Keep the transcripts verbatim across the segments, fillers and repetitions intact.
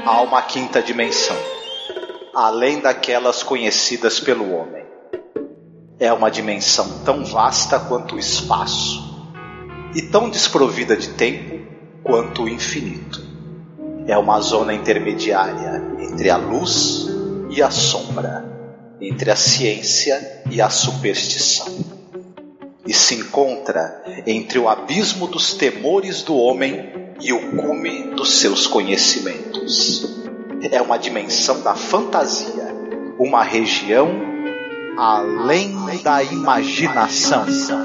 Há uma quinta dimensão, além daquelas conhecidas pelo homem. É uma dimensão tão vasta quanto o espaço, e tão desprovida de tempo quanto o infinito. É uma zona intermediária entre a luz e a sombra, entre a ciência e a superstição, e se encontra entre o abismo dos temores do homem e o cume dos seus conhecimentos. É uma dimensão da fantasia, uma região além da imaginação.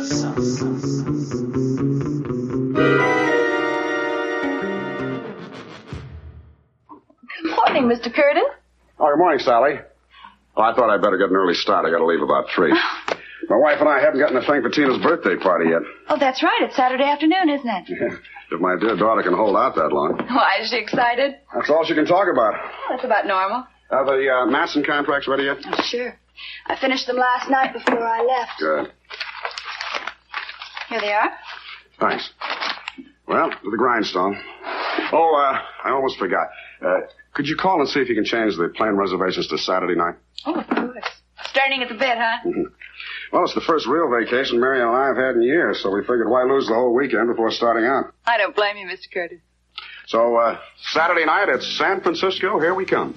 Good morning, Mister Curtin. Oh, good morning, Sally. Oh, I thought I'd better get an early start. I got to leave about three. My wife and I haven't gotten a thing for Tina's birthday party yet. Oh, that's right. It's Saturday afternoon, isn't it? Yeah. If my dear daughter can hold out that long. Why, is she excited? That's all she can talk about. That's about normal. Are the uh, Masson contracts ready yet? Oh, sure. I finished them last night before I left. Good. Here they are. Thanks. Well, to the grindstone. Oh, uh, I almost forgot. Uh, could you call and see if you can change the plane reservations to Saturday night? Oh, of course. Starting at the bit, huh? Mm-hmm. Well, it's the first real vacation Mary and I have had in years, so we figured why lose the whole weekend before starting out. I don't blame you, Mister Curtis. So, uh, Saturday night at San Francisco, here we come.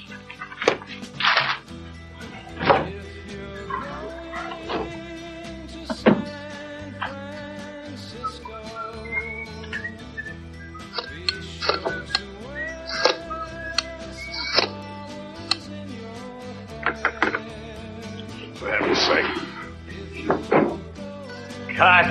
For heaven's sake. Cut.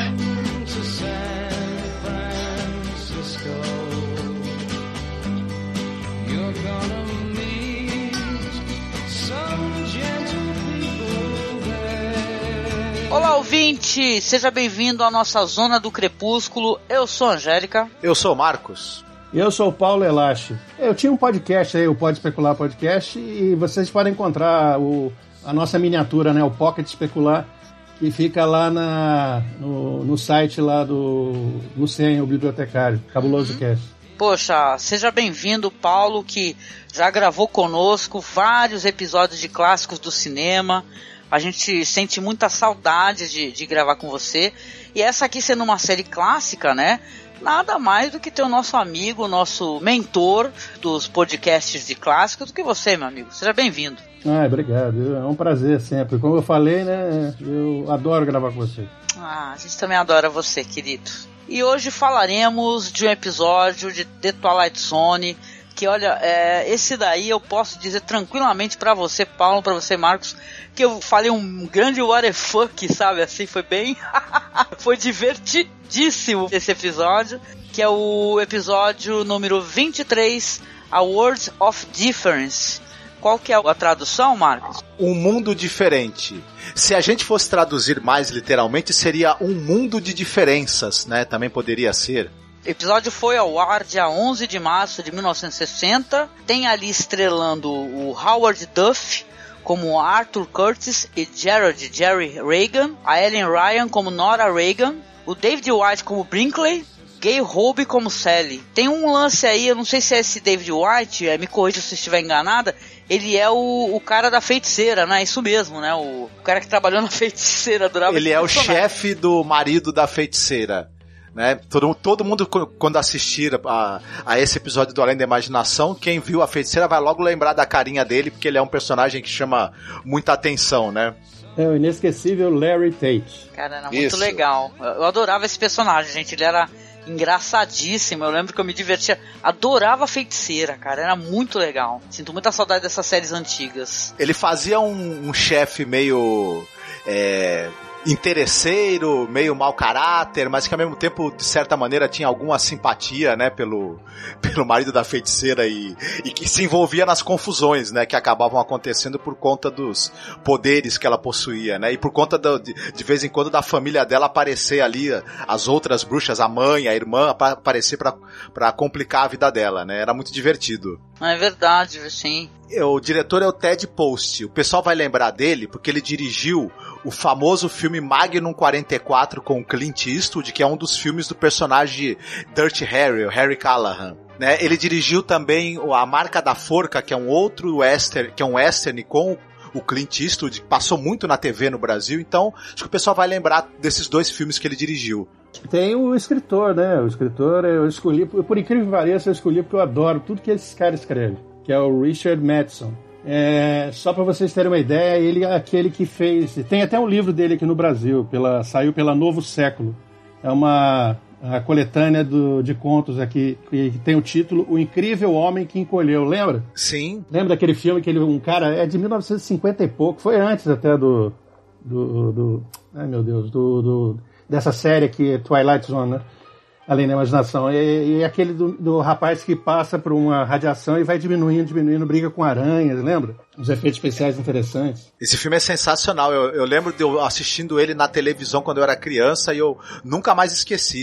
Olá, ouvinte! Seja bem-vindo à nossa Zona do Crepúsculo. Eu sou a Angélica. Eu sou o Marcos. E eu sou o Paulo Elache. Eu tinha um podcast aí, o Pode Especular Podcast, e vocês podem encontrar o, a nossa miniatura, né, o Pocket Especular, que fica lá na, no, no site lá do Lucien, o bibliotecário, Cabuloso uhum. Cast. Poxa, seja bem-vindo, Paulo, que já gravou conosco vários episódios de clássicos do cinema. A gente sente muita saudade de, de gravar com você. E essa aqui sendo uma série clássica, né? Nada mais do que ter o nosso amigo, o nosso mentor dos podcasts de clássicos do que você, meu amigo. Seja bem-vindo. Ah, obrigado. É um prazer sempre. Como eu falei, né? Eu adoro gravar com você. Ah, a gente também adora você, querido. E hoje falaremos de um episódio de The Twilight Zone, que olha, é, esse daí eu posso dizer tranquilamente pra você, Paulo, pra você, Marcos, que eu falei um grande what the fuck, sabe, assim, foi bem, foi divertidíssimo esse episódio, que é o episódio número vinte e três, A World of Difference. Qual que é a tradução, Marcos? Um mundo diferente. Se a gente fosse traduzir mais literalmente, seria um mundo de diferenças, né? Também poderia ser. O episódio foi ao ar dia onze de março de mil novecentos e sessenta. Tem ali estrelando o Howard Duff como Arthur Curtis e Gerald Jerry Reagan, a Ellen Ryan como Nora Reagan, o David White como Brinkley, Gay Hobe como Sally. Tem um lance aí, eu não sei se é esse David White, me corrija se eu estiver enganada, ele é o, o cara da feiticeira, né? Isso mesmo, né? O, o cara que trabalhou na feiticeira. Adorava ele é o chefe do marido da feiticeira. Né? Todo, todo mundo, quando assistir a, a esse episódio do Além da Imaginação, quem viu a feiticeira vai logo lembrar da carinha dele, porque ele é um personagem que chama muita atenção, né? É o inesquecível Larry Tate. Cara, era muito Isso. legal. Eu, eu adorava esse personagem, gente. Ele era engraçadíssimo. Eu lembro que eu me divertia. Adorava a feiticeira, cara. Era muito legal. Sinto muita saudade dessas séries antigas. Ele fazia um, um chefe meio... É... interesseiro, meio mau caráter, mas que ao mesmo tempo, de certa maneira, tinha alguma simpatia, né, pelo, pelo marido da feiticeira e, e que se envolvia nas confusões, né, que acabavam acontecendo por conta dos poderes que ela possuía, né, e por conta do, de, de vez em quando da família dela aparecer ali, as outras bruxas, a mãe, a irmã, aparecer pra, pra complicar a vida dela, né, era muito divertido. É verdade, sim. O diretor é o Ted Post. O pessoal vai lembrar dele porque ele dirigiu o famoso filme Magnum quarenta e quatro com Clint Eastwood, que é um dos filmes do personagem Dirty Harry, o Harry Callahan. né? Ele dirigiu também A Marca da Forca, que é um outro western, que é um western com o Clint Eastwood, que passou muito na T V no Brasil, então acho que o pessoal vai lembrar desses dois filmes que ele dirigiu. Tem o escritor, né? O escritor eu escolhi, por incrível que pareça, eu escolhi porque eu adoro tudo que esse cara escreve, que é o Richard Matheson. É, só para vocês terem uma ideia, ele é aquele que fez... Tem até um livro dele aqui no Brasil, pela, saiu pela Novo Século. É uma a coletânea do, de contos aqui, que, que tem o título O Incrível Homem que Encolheu, lembra? Sim. Lembra daquele filme que ele, um cara, é de mil novecentos e cinquenta e pouco, foi antes até do... do, do ai meu Deus, do, do, dessa série aqui, Twilight Zone, né? Além da Imaginação. E, e aquele do, do rapaz que passa por uma radiação e vai diminuindo, diminuindo, briga com aranhas, lembra? Os efeitos especiais interessantes. Esse filme é sensacional. Eu, eu lembro de eu assistindo ele na televisão quando eu era criança e eu nunca mais esqueci.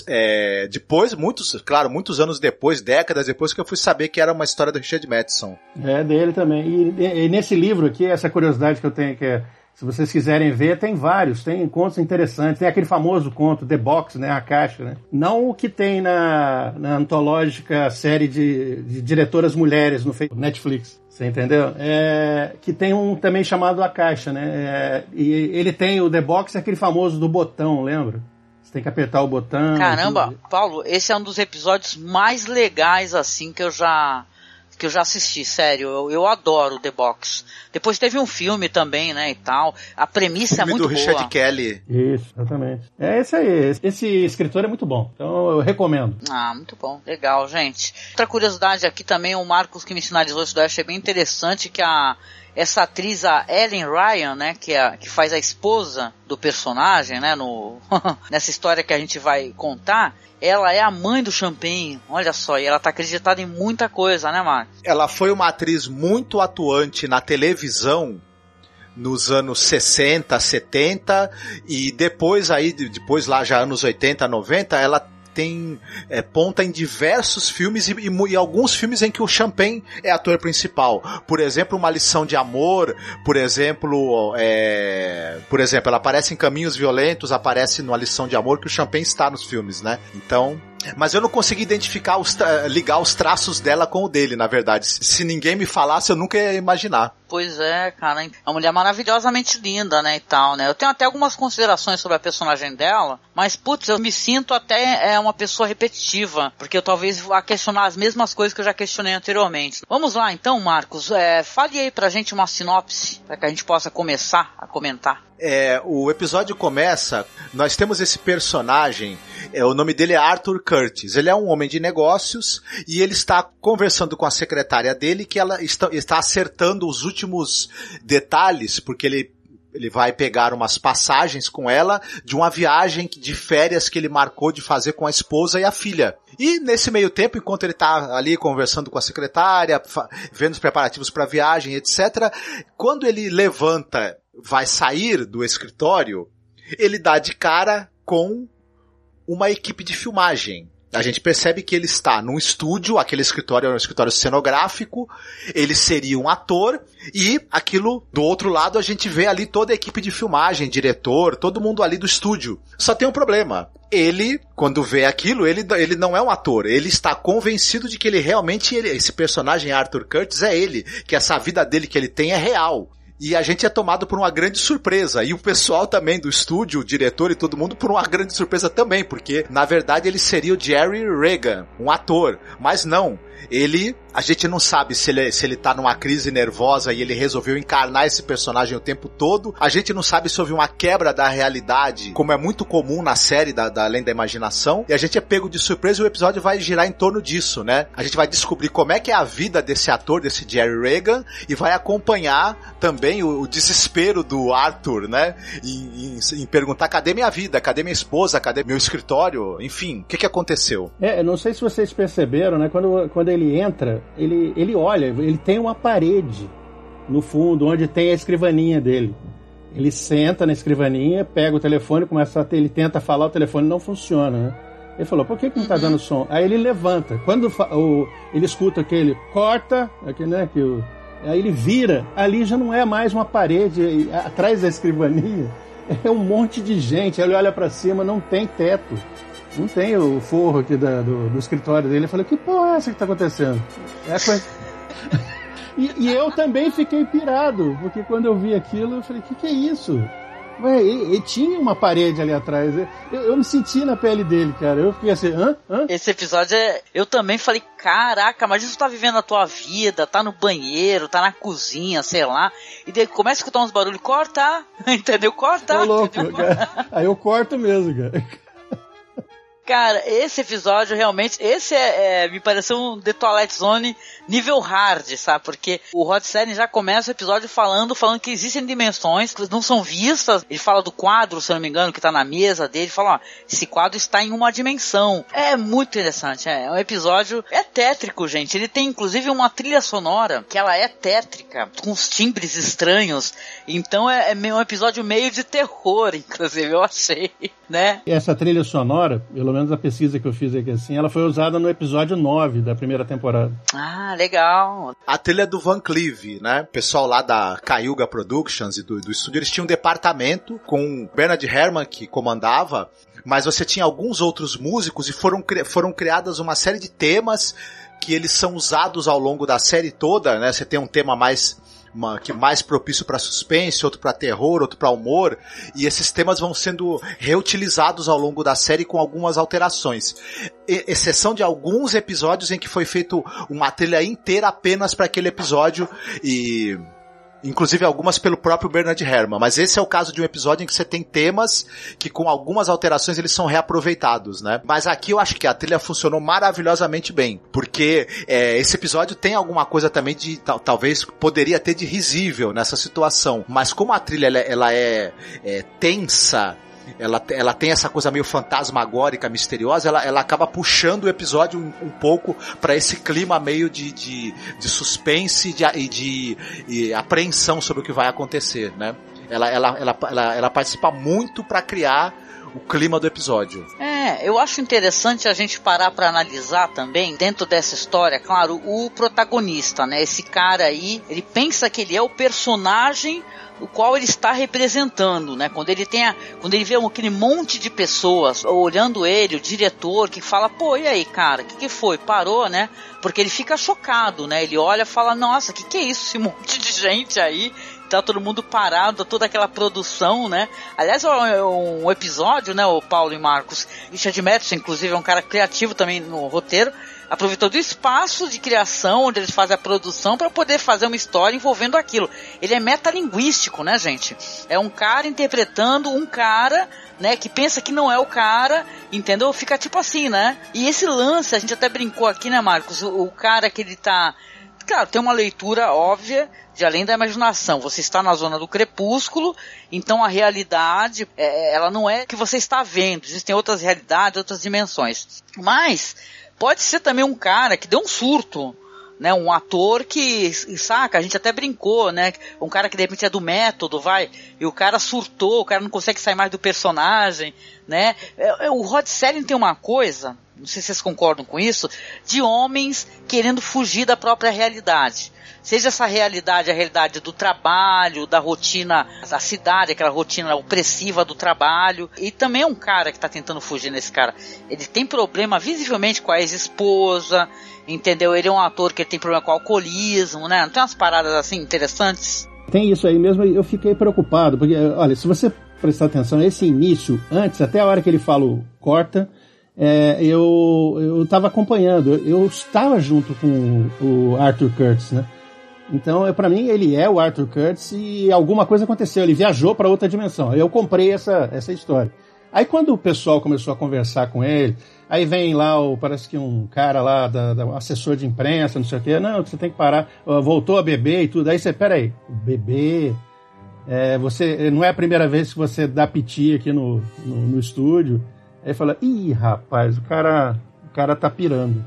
É, depois, muitos, claro, muitos anos depois, décadas depois, que eu fui saber que era uma história do Richard Matheson. É, dele também. E, e, e nesse livro aqui, essa curiosidade que eu tenho, que é, se vocês quiserem ver, tem vários, tem contos interessantes. Tem aquele famoso conto, The Box, né, a caixa, né? Não o que tem na, na antológica série de, de diretoras mulheres no Netflix, você entendeu? É, que tem um também chamado A Caixa, né? É, e ele tem o The Box, aquele famoso do botão, lembra? Você tem que apertar o botão. Caramba, Paulo, esse é um dos episódios mais legais, assim, que eu já... que eu já assisti, sério, eu, eu adoro The Box. Depois teve um filme também, né, e tal. A premissa é muito boa. O filme do Richard Kelly. Isso, exatamente. É esse aí, esse escritor é muito bom, então eu recomendo. Ah, muito bom, legal, gente. Outra curiosidade aqui também, o Marcos que me sinalizou isso daí, achei bem interessante, que a... essa atriz, a Ellen Ryan, né, que, é, que faz a esposa do personagem, né, no, nessa história que a gente vai contar, ela é a mãe do Champagne, olha só, e ela tá acreditada em muita coisa, né, Marcos? Ela foi uma atriz muito atuante na televisão nos anos sessenta, setenta, e depois aí, depois lá já anos oitenta, noventa, ela tem é, ponta em diversos filmes e, e, e alguns filmes em que o Champagne é ator principal. Por exemplo, Uma Lição de Amor, por exemplo, é, por exemplo, ela aparece em Caminhos Violentos, aparece numa Lição de Amor, que o Champagne está nos filmes, né? Então... Mas eu não consegui identificar, os tra- ligar os traços dela com o dele, na verdade. Se ninguém me falasse, eu nunca ia imaginar. Pois é, cara. É uma mulher maravilhosamente linda, né, e tal, né. Eu tenho até algumas considerações sobre a personagem dela, mas, putz, eu me sinto até é, uma pessoa repetitiva, porque eu talvez vá questionar as mesmas coisas que eu já questionei anteriormente. Vamos lá, então, Marcos. É, fale aí pra gente uma sinopse, para que a gente possa começar a comentar. É, o episódio começa, nós temos esse personagem, é, o nome dele é Arthur Curtis, ele é um homem de negócios e ele está conversando com a secretária dele, que ela está, está acertando os últimos detalhes, porque ele ele vai pegar umas passagens com ela de uma viagem de férias que ele marcou de fazer com a esposa e a filha. E nesse meio tempo, enquanto ele está ali conversando com a secretária, vendo os preparativos para a viagem, etcétera, quando ele levanta, vai sair do escritório, ele dá de cara com uma equipe de filmagem. A gente percebe que ele está num estúdio, aquele escritório é um escritório cenográfico, ele seria um ator, e aquilo, do outro lado, a gente vê ali toda a equipe de filmagem, diretor, todo mundo ali do estúdio. Só tem um problema. Ele, quando vê aquilo, ele, ele não é um ator, ele está convencido de que ele realmente, ele, esse personagem Arthur Curtis é ele, que essa vida dele que ele tem é real. E a gente é tomado por uma grande surpresa. E o pessoal também do estúdio, o diretor e todo mundo, por uma grande surpresa também. Porque, na verdade, ele seria o Jerry Regan, um ator. Mas não. Ele, a gente não sabe se ele, se ele tá numa crise nervosa e ele resolveu encarnar esse personagem o tempo todo. A gente não sabe se houve uma quebra da realidade, como é muito comum na série da, da Além da Imaginação. E a gente é pego de surpresa e o episódio vai girar em torno disso, né? A gente vai descobrir como é que é a vida desse ator, desse Jerry Regan, e vai acompanhar também o, o desespero do Arthur, né? Em, em, em perguntar, cadê minha vida? Cadê minha esposa? Cadê meu escritório? Enfim, o que que aconteceu? É, não sei se vocês perceberam, né? Quando, quando ele entra, ele, ele olha, ele tem uma parede no fundo, onde tem a escrivaninha dele. Ele senta na escrivaninha, pega o telefone, começa a ter, ele tenta falar, o telefone não funciona, né? Ele falou, por que que não tá dando som? Aí ele levanta. Quando o, ele escuta aquele corta, aqui, né, que o, aí ele vira, ali já não é mais uma parede, atrás da escrivaninha é um monte de gente. Aí ele olha pra cima, não tem teto. Não tem o forro aqui da, do, do escritório dele. Eu falei, que porra é essa que tá acontecendo? É a coisa... e, e eu também fiquei pirado, porque quando eu vi aquilo, eu falei, que que é isso? Ué, e, e tinha uma parede ali atrás. Eu, eu me senti na pele dele, cara. Eu fiquei assim, hã? hã? Esse episódio é... Eu também falei, caraca, mas isso tá vivendo a tua vida, tá no banheiro, tá na cozinha, sei lá. E daí começa a escutar uns barulhos, corta, entendeu? Corta. Tô louco, cara. Aí eu corto mesmo, cara. Cara, esse episódio realmente, esse é, é me pareceu um The Twilight Zone nível hard, sabe? Porque o Rod Serling já começa o episódio falando, falando que existem dimensões que não são vistas. Ele fala do quadro, se eu não me engano, que tá na mesa dele. Ele fala, ó, esse quadro está em uma dimensão. É muito interessante, é, é um episódio, é tétrico, gente. Ele tem inclusive uma trilha sonora que ela é tétrica, com os timbres estranhos. Então é, é um episódio meio de terror, inclusive, eu achei, né? Essa trilha sonora, pelo menos a pesquisa que eu fiz aqui assim, ela foi usada no episódio nove da primeira temporada. Ah, legal. A trilha do Van Cleef, né? O pessoal lá da Cayuga Productions e do, do estúdio, eles tinham um departamento com Bernard Herrmann que comandava, mas você tinha alguns outros músicos e foram, foram criadas uma série de temas que eles são usados ao longo da série toda, né? Você tem um tema mais... Uma, que mais propício para suspense, outro para terror, outro para humor, e esses temas vão sendo reutilizados ao longo da série com algumas alterações, e, exceção de alguns episódios em que foi feito uma trilha inteira apenas para aquele episódio, e inclusive algumas pelo próprio Bernard Herrmann, mas esse é o caso de um episódio em que você tem temas que com algumas alterações eles são reaproveitados, né? Mas aqui eu acho que a trilha funcionou maravilhosamente bem, porque é, esse episódio tem alguma coisa também de, tal, talvez poderia ter de risível nessa situação, mas como a trilha ela, ela é, é tensa, Ela, ela tem essa coisa meio fantasmagórica, misteriosa, ela, ela acaba puxando o episódio um, um pouco para esse clima meio de, de, de suspense de, e de e apreensão sobre o que vai acontecer, né? Ela, ela, ela, ela, ela participa muito para criar o clima do episódio. É, eu acho interessante a gente parar para analisar também, dentro dessa história, claro, o protagonista, né? Esse cara aí, ele pensa que ele é o personagem o qual ele está representando, né? Quando ele tem a, quando ele vê aquele monte de pessoas olhando ele, o diretor que fala, pô, e aí, cara, o que, que foi? Parou, né? Porque ele fica chocado, né? Ele olha e fala, nossa, o que, que é isso? Esse monte de gente aí, tá todo mundo parado, toda aquela produção, né? Aliás, é um episódio, né, o Paulo e Marcos, Richard Matheson, inclusive, é um cara criativo também no roteiro, aproveitou do espaço de criação onde eles fazem a produção para poder fazer uma história envolvendo aquilo. Ele é metalinguístico, né, gente? É um cara interpretando um cara, né, que pensa que não é o cara, entendeu? Fica tipo assim, né? E esse lance, a gente até brincou aqui, né, Marcos? O, o cara que ele tá... Claro, tem uma leitura óbvia de além da imaginação. Você está na zona do crepúsculo, então a realidade, é, ela não é o que você está vendo. Existem outras realidades, outras dimensões. Mas pode ser também um cara que deu um surto, né? Um ator que, saca, a gente até brincou, né? Um cara que de repente é do método, vai, e o cara surtou, o cara não consegue sair mais do personagem, né? O Rod Serling tem uma coisa, não sei se vocês concordam com isso, de homens querendo fugir da própria realidade. Seja essa realidade a realidade do trabalho, da rotina da cidade, aquela rotina opressiva do trabalho. E também é um cara que está tentando fugir nesse cara. Ele tem problema visivelmente com a ex-esposa, entendeu? Ele é um ator que tem problema com o alcoolismo, né? Não tem umas paradas assim interessantes? Tem isso aí mesmo, eu fiquei preocupado, porque, olha, se você prestar atenção, esse início, antes, até a hora que ele fala o corta, é, eu eu estava acompanhando, eu, eu estava junto com o Arthur Curtis, né? Então, para mim, ele é o Arthur Curtis e alguma coisa aconteceu, ele viajou para outra dimensão. Eu comprei essa, essa história. Aí, quando o pessoal começou a conversar com ele, aí vem lá, o, parece que um cara lá, da, da assessor de imprensa, não sei o quê, não, você tem que parar, voltou a beber e tudo. Aí você, peraí, beber... É, você, não é a primeira vez que você dá piti aqui no, no, no estúdio. Aí fala, ih, rapaz, o cara, o cara tá pirando.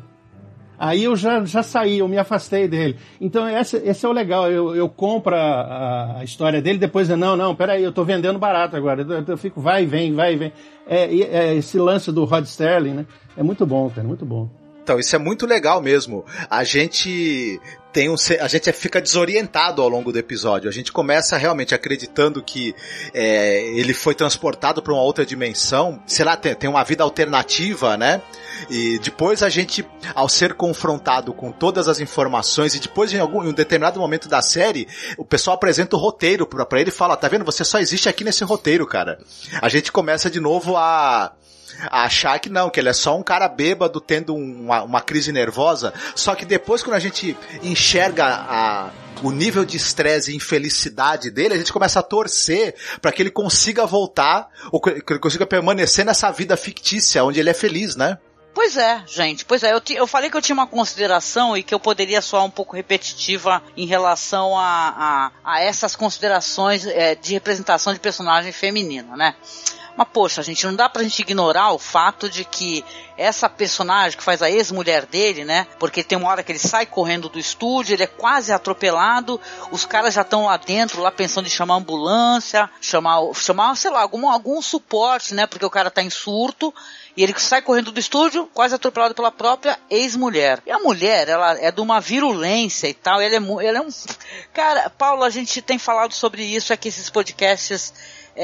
Aí eu já, já saí, eu me afastei dele. Então esse, esse é o legal, eu, eu compro a, a história dele, depois eu, não, não, peraí, eu tô vendendo barato agora. Eu, eu fico, vai e vem, vai e vem. É, é, esse lance do Rod Serling, né? É muito bom, cara, muito bom. Então, isso é muito legal mesmo. A gente tem um, a gente fica desorientado ao longo do episódio. A gente começa realmente acreditando que é, ele foi transportado para uma outra dimensão, sei lá, tem, tem uma vida alternativa, né? E depois a gente, ao ser confrontado com todas as informações, e depois em, algum, em um determinado momento da série, o pessoal apresenta o roteiro pra, pra ele e fala, tá vendo? Você só existe aqui nesse roteiro, cara. A gente começa de novo a... a achar que não, que ele é só um cara bêbado tendo uma, uma crise nervosa, só que depois quando a gente enxerga a, o nível de estresse e infelicidade dele, a gente começa a torcer para que ele consiga voltar, ou que ele consiga permanecer nessa vida fictícia, onde ele é feliz, né? Pois é, gente, pois é, eu, t- eu falei que eu tinha uma consideração e que eu poderia soar um pouco repetitiva em relação a, a, a essas considerações é, de representação de personagem feminina, né? Mas, poxa, gente, não dá pra gente ignorar o fato de que essa personagem que faz a ex-mulher dele, né? Porque tem uma hora que ele sai correndo do estúdio, ele é quase atropelado, os caras já estão lá dentro, lá pensando em chamar a ambulância, chamar, chamar sei lá, algum, algum suporte, né? Porque o cara tá em surto. E ele sai correndo do estúdio, quase atropelado pela própria ex-mulher. E a mulher, ela é de uma virulência e tal, ela é, ela é um... Cara, Paulo, a gente tem falado sobre isso aqui, esses podcasts...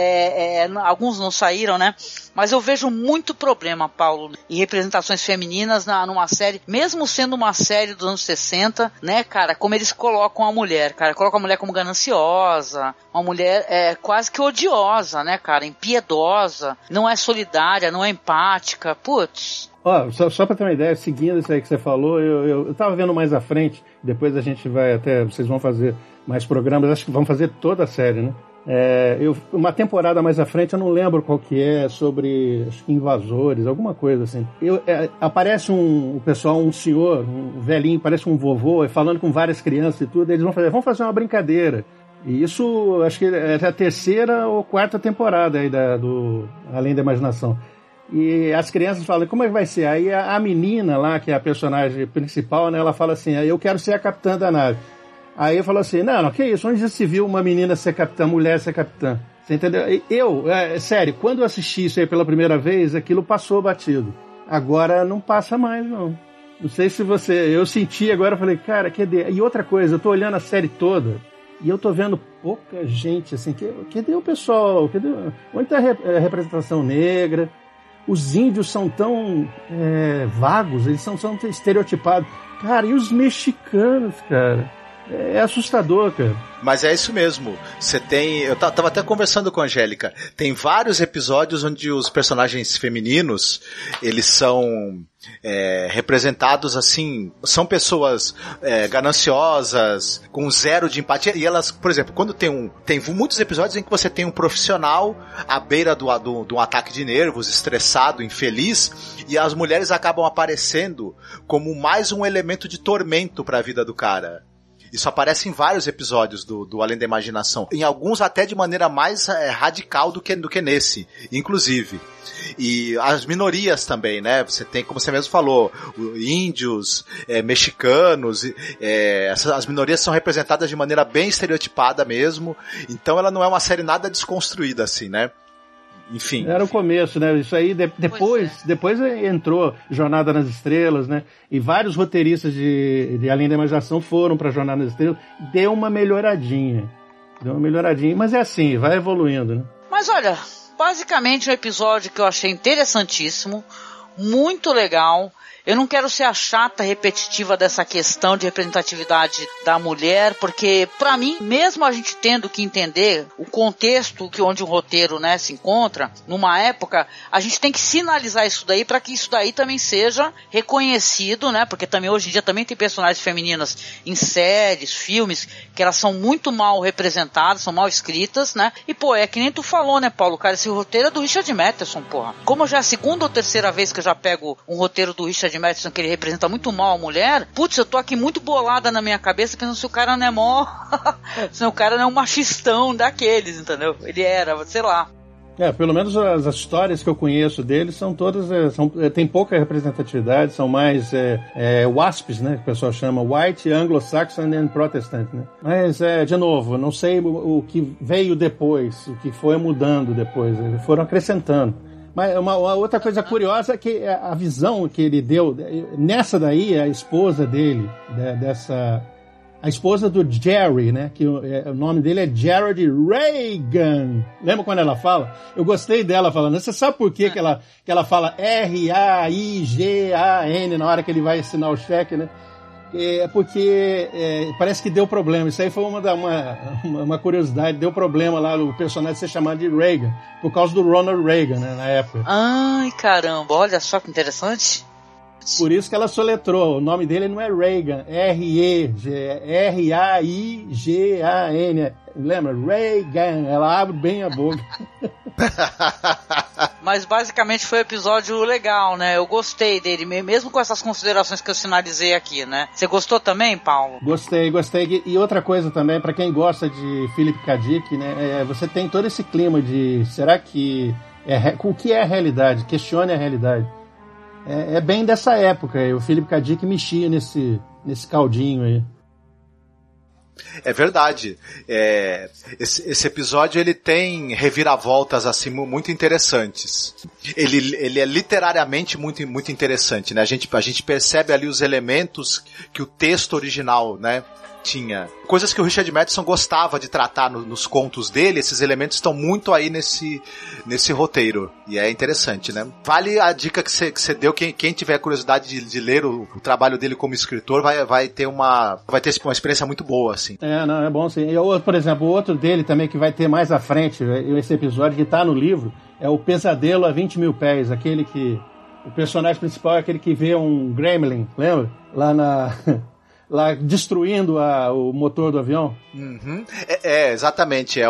É, é, alguns não saíram, né? Mas eu vejo muito problema, Paulo, em representações femininas na, numa série, mesmo sendo uma série dos anos sessenta, né, cara? Como eles colocam a mulher, cara, colocam a mulher como gananciosa, uma mulher é, quase que odiosa, né, cara? Impiedosa, não é solidária, não é empática, putz. Ó, oh, só, só pra ter uma ideia, seguindo isso aí que você falou, eu, eu, eu tava vendo mais à frente, depois a gente vai até, vocês vão fazer mais programas, acho que vão fazer toda a série, né? É, eu, uma temporada mais à frente, eu não lembro qual que é, sobre acho que invasores, alguma coisa assim. Eu, é, aparece um o pessoal, um senhor, um velhinho, parece um vovô, falando com várias crianças e tudo, eles vão fazer, vamos fazer uma brincadeira. E isso, acho que é a terceira ou quarta temporada aí da, do Além da Imaginação. E as crianças falam, como é que vai ser? Aí a, a menina lá, que é a personagem principal, né, ela fala assim, eu quero ser a capitã da nave. Aí eu falo assim, não, não, que isso? Onde já se viu uma menina ser capitã, mulher ser capitã? Você entendeu? Eu, é, sério, quando eu assisti isso aí pela primeira vez, aquilo passou batido. Agora não passa mais, não. Não sei se você... Eu senti agora, eu falei, cara, cadê? E outra coisa, eu tô olhando a série toda e eu tô vendo pouca gente, assim, que, cadê o pessoal? Cadê, onde tá a representação negra? Os índios são tão é, vagos, eles são, são estereotipados. Cara, e os mexicanos, cara? É assustador, cara. Mas é isso mesmo. Você tem... Eu tava até conversando com a Angélica. Tem vários episódios onde os personagens femininos, eles são é, representados assim... São pessoas é, gananciosas, com zero de empatia. E elas, por exemplo, quando tem um... Tem muitos episódios em que você tem um profissional à beira do, do, do um ataque de nervos, estressado, infeliz, e as mulheres acabam aparecendo como mais um elemento de tormento para a vida do cara. Isso aparece em vários episódios do, do Além da Imaginação. Em alguns até de maneira mais é, radical do que, do que nesse, inclusive. E as minorias também, né? Você tem, como você mesmo falou, índios, é, mexicanos, é, essas, as minorias são representadas de maneira bem estereotipada mesmo. Então ela não é uma série nada desconstruída assim, né? Enfim. Era o começo, né? Isso aí, de, depois, é. depois entrou Jornada nas Estrelas, né? E vários roteiristas de, de Além da Imaginação foram pra Jornada nas Estrelas. Deu uma melhoradinha. Deu uma melhoradinha. Mas é assim, vai evoluindo, né? Mas olha, basicamente um episódio que eu achei interessantíssimo, muito legal. Eu não quero ser a chata repetitiva dessa questão de representatividade da mulher, porque, pra mim, mesmo a gente tendo que entender o contexto que onde o roteiro, né, se encontra, numa época, a gente tem que sinalizar isso daí para que isso daí também seja reconhecido, né, porque também hoje em dia também tem personagens femininas em séries, filmes, que elas são muito mal representadas, são mal escritas, né, e pô, é que nem tu falou, né, Paulo, cara, esse roteiro é do Richard Matheson, porra. Como já é a segunda ou terceira vez que eu já pego um roteiro do Richard Matheson, que ele representa muito mal a mulher, putz, eu tô aqui muito bolada na minha cabeça pensando se o cara não é mó se o cara não é um machistão daqueles, entendeu? Ele era, sei lá. É, pelo menos as, as histórias que eu conheço dele são todas, é, são, é, tem pouca representatividade, são mais é, é, WASPs, né, que o pessoal chama White, Anglo-Saxon and Protestant, né. Mas, é, de novo, não sei o, o que veio depois, o que foi mudando depois, eles foram acrescentando. Mas uma, uma outra coisa curiosa é que a visão que ele deu, nessa daí, a esposa dele, dessa... A esposa do Jerry, né? Que o, é, o nome dele é Gerald Reagan. Lembra quando ela fala? Eu gostei dela falando. Você sabe por que, que, ela, que ela fala R A I G A N na hora que ele vai assinar o cheque, né? É porque é, parece que deu problema. Isso aí foi uma, uma, uma curiosidade. Deu problema lá o personagem ser chamado de Reagan, por causa do Ronald Reagan, né? Na época. Ai, caramba. Olha só que interessante. Por isso que ela soletrou. O nome dele não é Reagan, R E G, R A I G A N. Lembra? Reagan. Ela abre bem a boca. Mas basicamente foi um episódio legal, né? Eu gostei dele, mesmo com essas considerações que eu sinalizei aqui, né? Você gostou também, Paulo? Gostei, gostei. E outra coisa também, pra quem gosta de Philip K. Dick, né? É, você tem todo esse clima de... Será que... É, o que é a realidade? Questione a realidade. É, é bem dessa época aí. O Philip K. Dick mexia nesse, nesse caldinho aí. É verdade. É, esse, esse episódio ele tem reviravoltas assim muito interessantes. Ele, ele é literariamente muito, muito interessante, né? A gente, a gente percebe ali os elementos que o texto original, né, tinha. Coisas que o Richard Matheson gostava de tratar no, nos contos dele, esses elementos estão muito aí nesse, nesse roteiro. E é interessante, né? Vale a dica que você que deu, quem, quem tiver curiosidade de, de ler o, o trabalho dele como escritor, vai, vai ter uma vai ter uma experiência muito boa, assim. É, não, é bom sim. E, por exemplo, o outro dele também que vai ter mais à frente, esse episódio que tá no livro, é o Pesadelo a vinte mil pés, aquele que... O personagem principal é aquele que vê um gremlin, lembra? Lá na... lá destruindo a, o motor do avião. Uhum. É, é, exatamente. É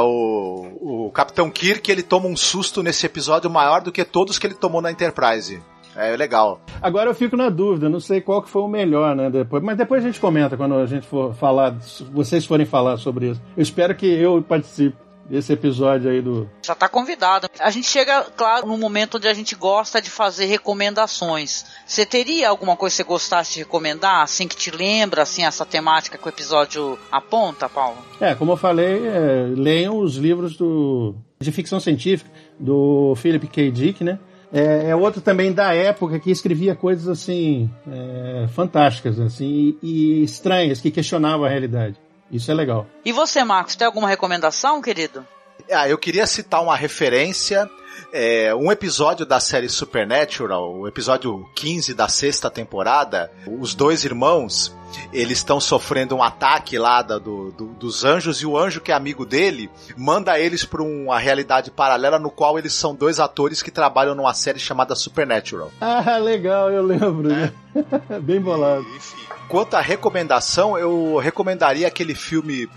o, o Capitão Kirk, ele toma um susto nesse episódio maior do que todos que ele tomou na Enterprise. É legal. Agora eu fico na dúvida, não sei qual que foi o melhor, né? Depois, mas depois a gente comenta quando a gente for falar, vocês forem falar sobre isso. Eu espero que eu participe desse episódio aí do... Já tá convidado. A gente chega, claro, no momento onde a gente gosta de fazer recomendações. Você teria alguma coisa que você gostasse de recomendar, assim, que te lembra, assim, essa temática que o episódio aponta, Paulo? É, como eu falei, é, leiam os livros do, de ficção científica do Philip K. Dick, né? É, é outro também da época que escrevia coisas, assim, é, fantásticas, assim, e, e estranhas, que questionavam a realidade. Isso é legal. E você, Marcos, tem alguma recomendação, querido? Ah, eu queria citar uma referência, é, um episódio da série Supernatural, o episódio quinze da sexta temporada. Os dois irmãos, eles estão sofrendo um ataque lá da, do, do, dos anjos, e o anjo que é amigo dele manda eles para uma realidade paralela no qual eles são dois atores que trabalham numa série chamada Supernatural. Ah, legal, eu lembro, né? Bem bolado. Enfim. Quanto à recomendação, eu recomendaria aquele filme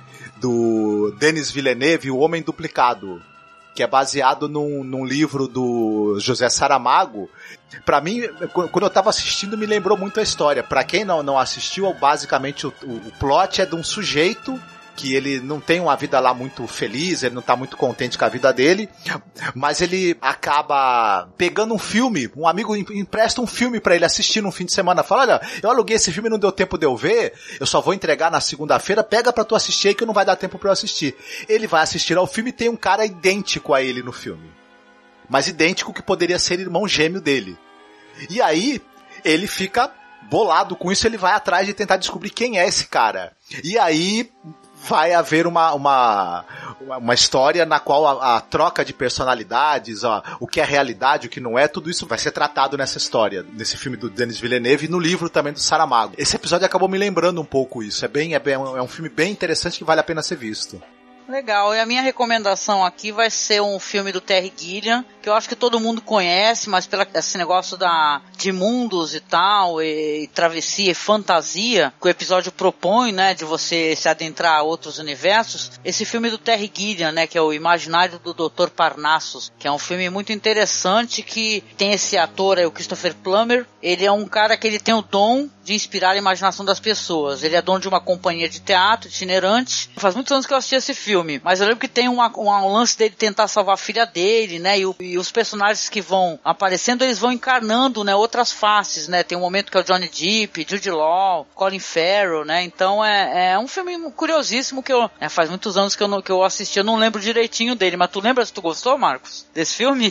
do Denis Villeneuve, O Homem Duplicado, que é baseado num, num livro do José Saramago. Pra mim, quando eu tava assistindo, me lembrou muito a história. Pra quem não, não assistiu, basicamente o, o, o plot é de um sujeito que ele não tem uma vida lá muito feliz, ele não tá muito contente com a vida dele, mas ele acaba pegando um filme, um amigo empresta um filme pra ele assistir no fim de semana, fala, olha, eu aluguei esse filme, não deu tempo de eu ver, eu só vou entregar na segunda-feira, pega pra tu assistir aí que não vai dar tempo pra eu assistir. Ele vai assistir ao filme e tem um cara idêntico a ele no filme, mas idêntico que poderia ser irmão gêmeo dele. E aí, ele fica bolado com isso, ele vai atrás de tentar descobrir quem é esse cara. E aí vai haver uma, uma, uma história na qual a, a troca de personalidades, ó, o que é realidade, o que não é, tudo isso vai ser tratado nessa história, nesse filme do Denis Villeneuve e no livro também do Saramago. Esse episódio acabou me lembrando um pouco isso. É, bem, é, bem, é um filme bem interessante que vale a pena ser visto. Legal, e a minha recomendação aqui vai ser um filme do Terry Gilliam, que eu acho que todo mundo conhece, mas pelo esse negócio da, de mundos e tal, e, e travessia e fantasia, que o episódio propõe, né, de você se adentrar a outros universos, esse filme do Terry Gilliam, né, que é o Imaginário do doutor Parnassus, que é um filme muito interessante, que tem esse ator aí, o Christopher Plummer. Ele é um cara que ele tem o dom de inspirar a imaginação das pessoas. Ele é dono de uma companhia de teatro itinerante. Faz muitos anos que eu assisti esse filme, mas eu lembro que tem uma, uma, um lance dele tentar salvar a filha dele, né, e, o, e os personagens que vão aparecendo, eles vão encarnando, né, outras faces, né, tem um momento que é o Johnny Depp, Jude Law, Colin Farrell, né, então é, é um filme curiosíssimo que eu, é, faz muitos anos que eu, não, que eu assisti, eu não lembro direitinho dele, mas tu lembra se tu gostou, Marcos, desse filme?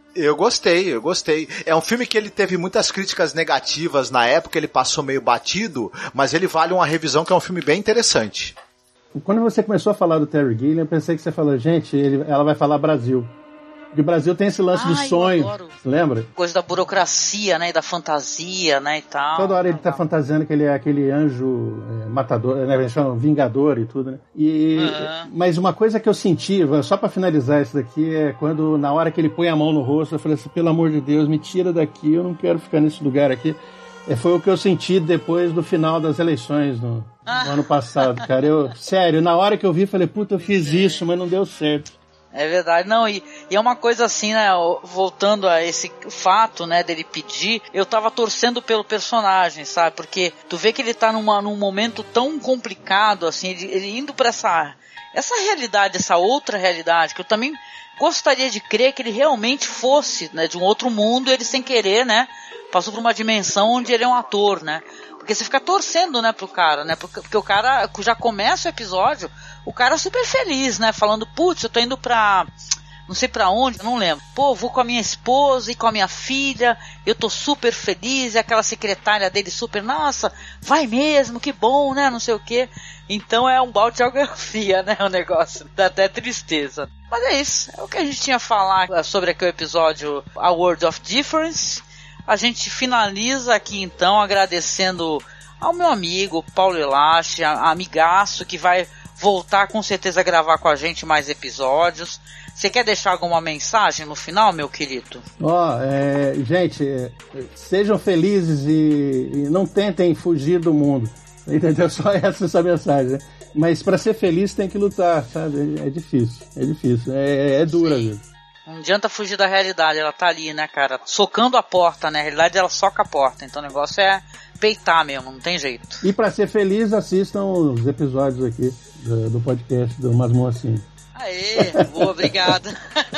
Eu gostei, eu gostei. É um filme que ele teve muitas críticas negativas na época, ele passou meio batido, mas ele vale uma revisão, que é um filme bem interessante. Quando você começou a falar do Terry Gilliam, eu pensei que você falou, gente, ele, ela vai falar Brasil. Porque o Brasil tem esse lance Ai, do sonho, lembra? Coisa da burocracia, né, e da fantasia, né, e tal. Toda hora ele tá fantasiando que ele é aquele anjo é, matador, né, eles chamam vingador e tudo, né? E, uhum. Mas uma coisa que eu senti, só pra finalizar isso daqui, é quando, na hora que ele põe a mão no rosto, eu falei assim, pelo amor de Deus, me tira daqui, eu não quero ficar nesse lugar aqui. É, foi o que eu senti depois do final das eleições no, ah. no ano passado, cara. Eu, sério, na hora que eu vi, falei, puta, eu fiz isso, mas não deu certo. É verdade, não, e, e é uma coisa assim, né, voltando a esse fato, né, dele pedir, eu tava torcendo pelo personagem, sabe, porque tu vê que ele tá numa, num momento tão complicado, assim, ele, ele indo pra essa, essa realidade, essa outra realidade, que eu também gostaria de crer que ele realmente fosse, né, de um outro mundo, ele sem querer, né, passou por uma dimensão onde ele é um ator, né, porque você fica torcendo, né, pro cara, né, porque, porque o cara já começa o episódio, o cara super feliz, né, falando, putz, eu tô indo pra, não sei pra onde, não lembro, pô, vou com a minha esposa e com a minha filha, eu tô super feliz, e aquela secretária dele super, nossa, vai mesmo, que bom, né, não sei o quê. Então é um balde de água fria, né, o negócio, dá até tristeza. Mas é isso, é o que a gente tinha a falar sobre aqui o episódio A World of Difference. A gente finaliza aqui então agradecendo ao meu amigo Paulo Elache, amigaço, que vai voltar com certeza a gravar com a gente mais episódios. Você quer deixar alguma mensagem no final, meu querido? Ó, oh, é, gente, é, sejam felizes e, e não tentem fugir do mundo. Entendeu? Só essa, essa mensagem, né? Mas para ser feliz tem que lutar, sabe? É, é difícil, é difícil, é, é dura, viu? Não adianta fugir da realidade, ela tá ali, né, cara? Socando a porta, né? Na realidade ela soca a porta, então o negócio é peitar mesmo, não tem jeito. E para ser feliz, assistam os episódios aqui do, do podcast do Masmorra Cine. Aê, boa, obrigado.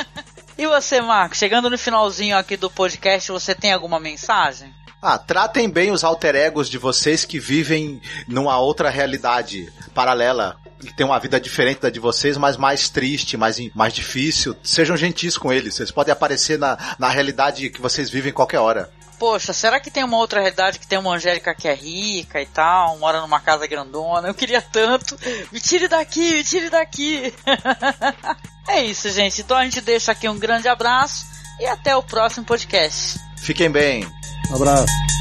E você, Marco, chegando no finalzinho aqui do podcast, você tem alguma mensagem? Ah, tratem bem os alter egos de vocês que vivem numa outra realidade paralela, que tem uma vida diferente da de vocês, mas mais triste, mais, mais difícil. Sejam gentis com eles, eles podem aparecer na, na realidade que vocês vivem qualquer hora. Poxa, será que tem uma outra realidade que tem uma Angélica que é rica e tal, mora numa casa grandona? Eu queria tanto. Me tire daqui, me tire daqui. É isso, gente. Então a gente deixa aqui um grande abraço e até o próximo podcast. Fiquem bem. Um abraço.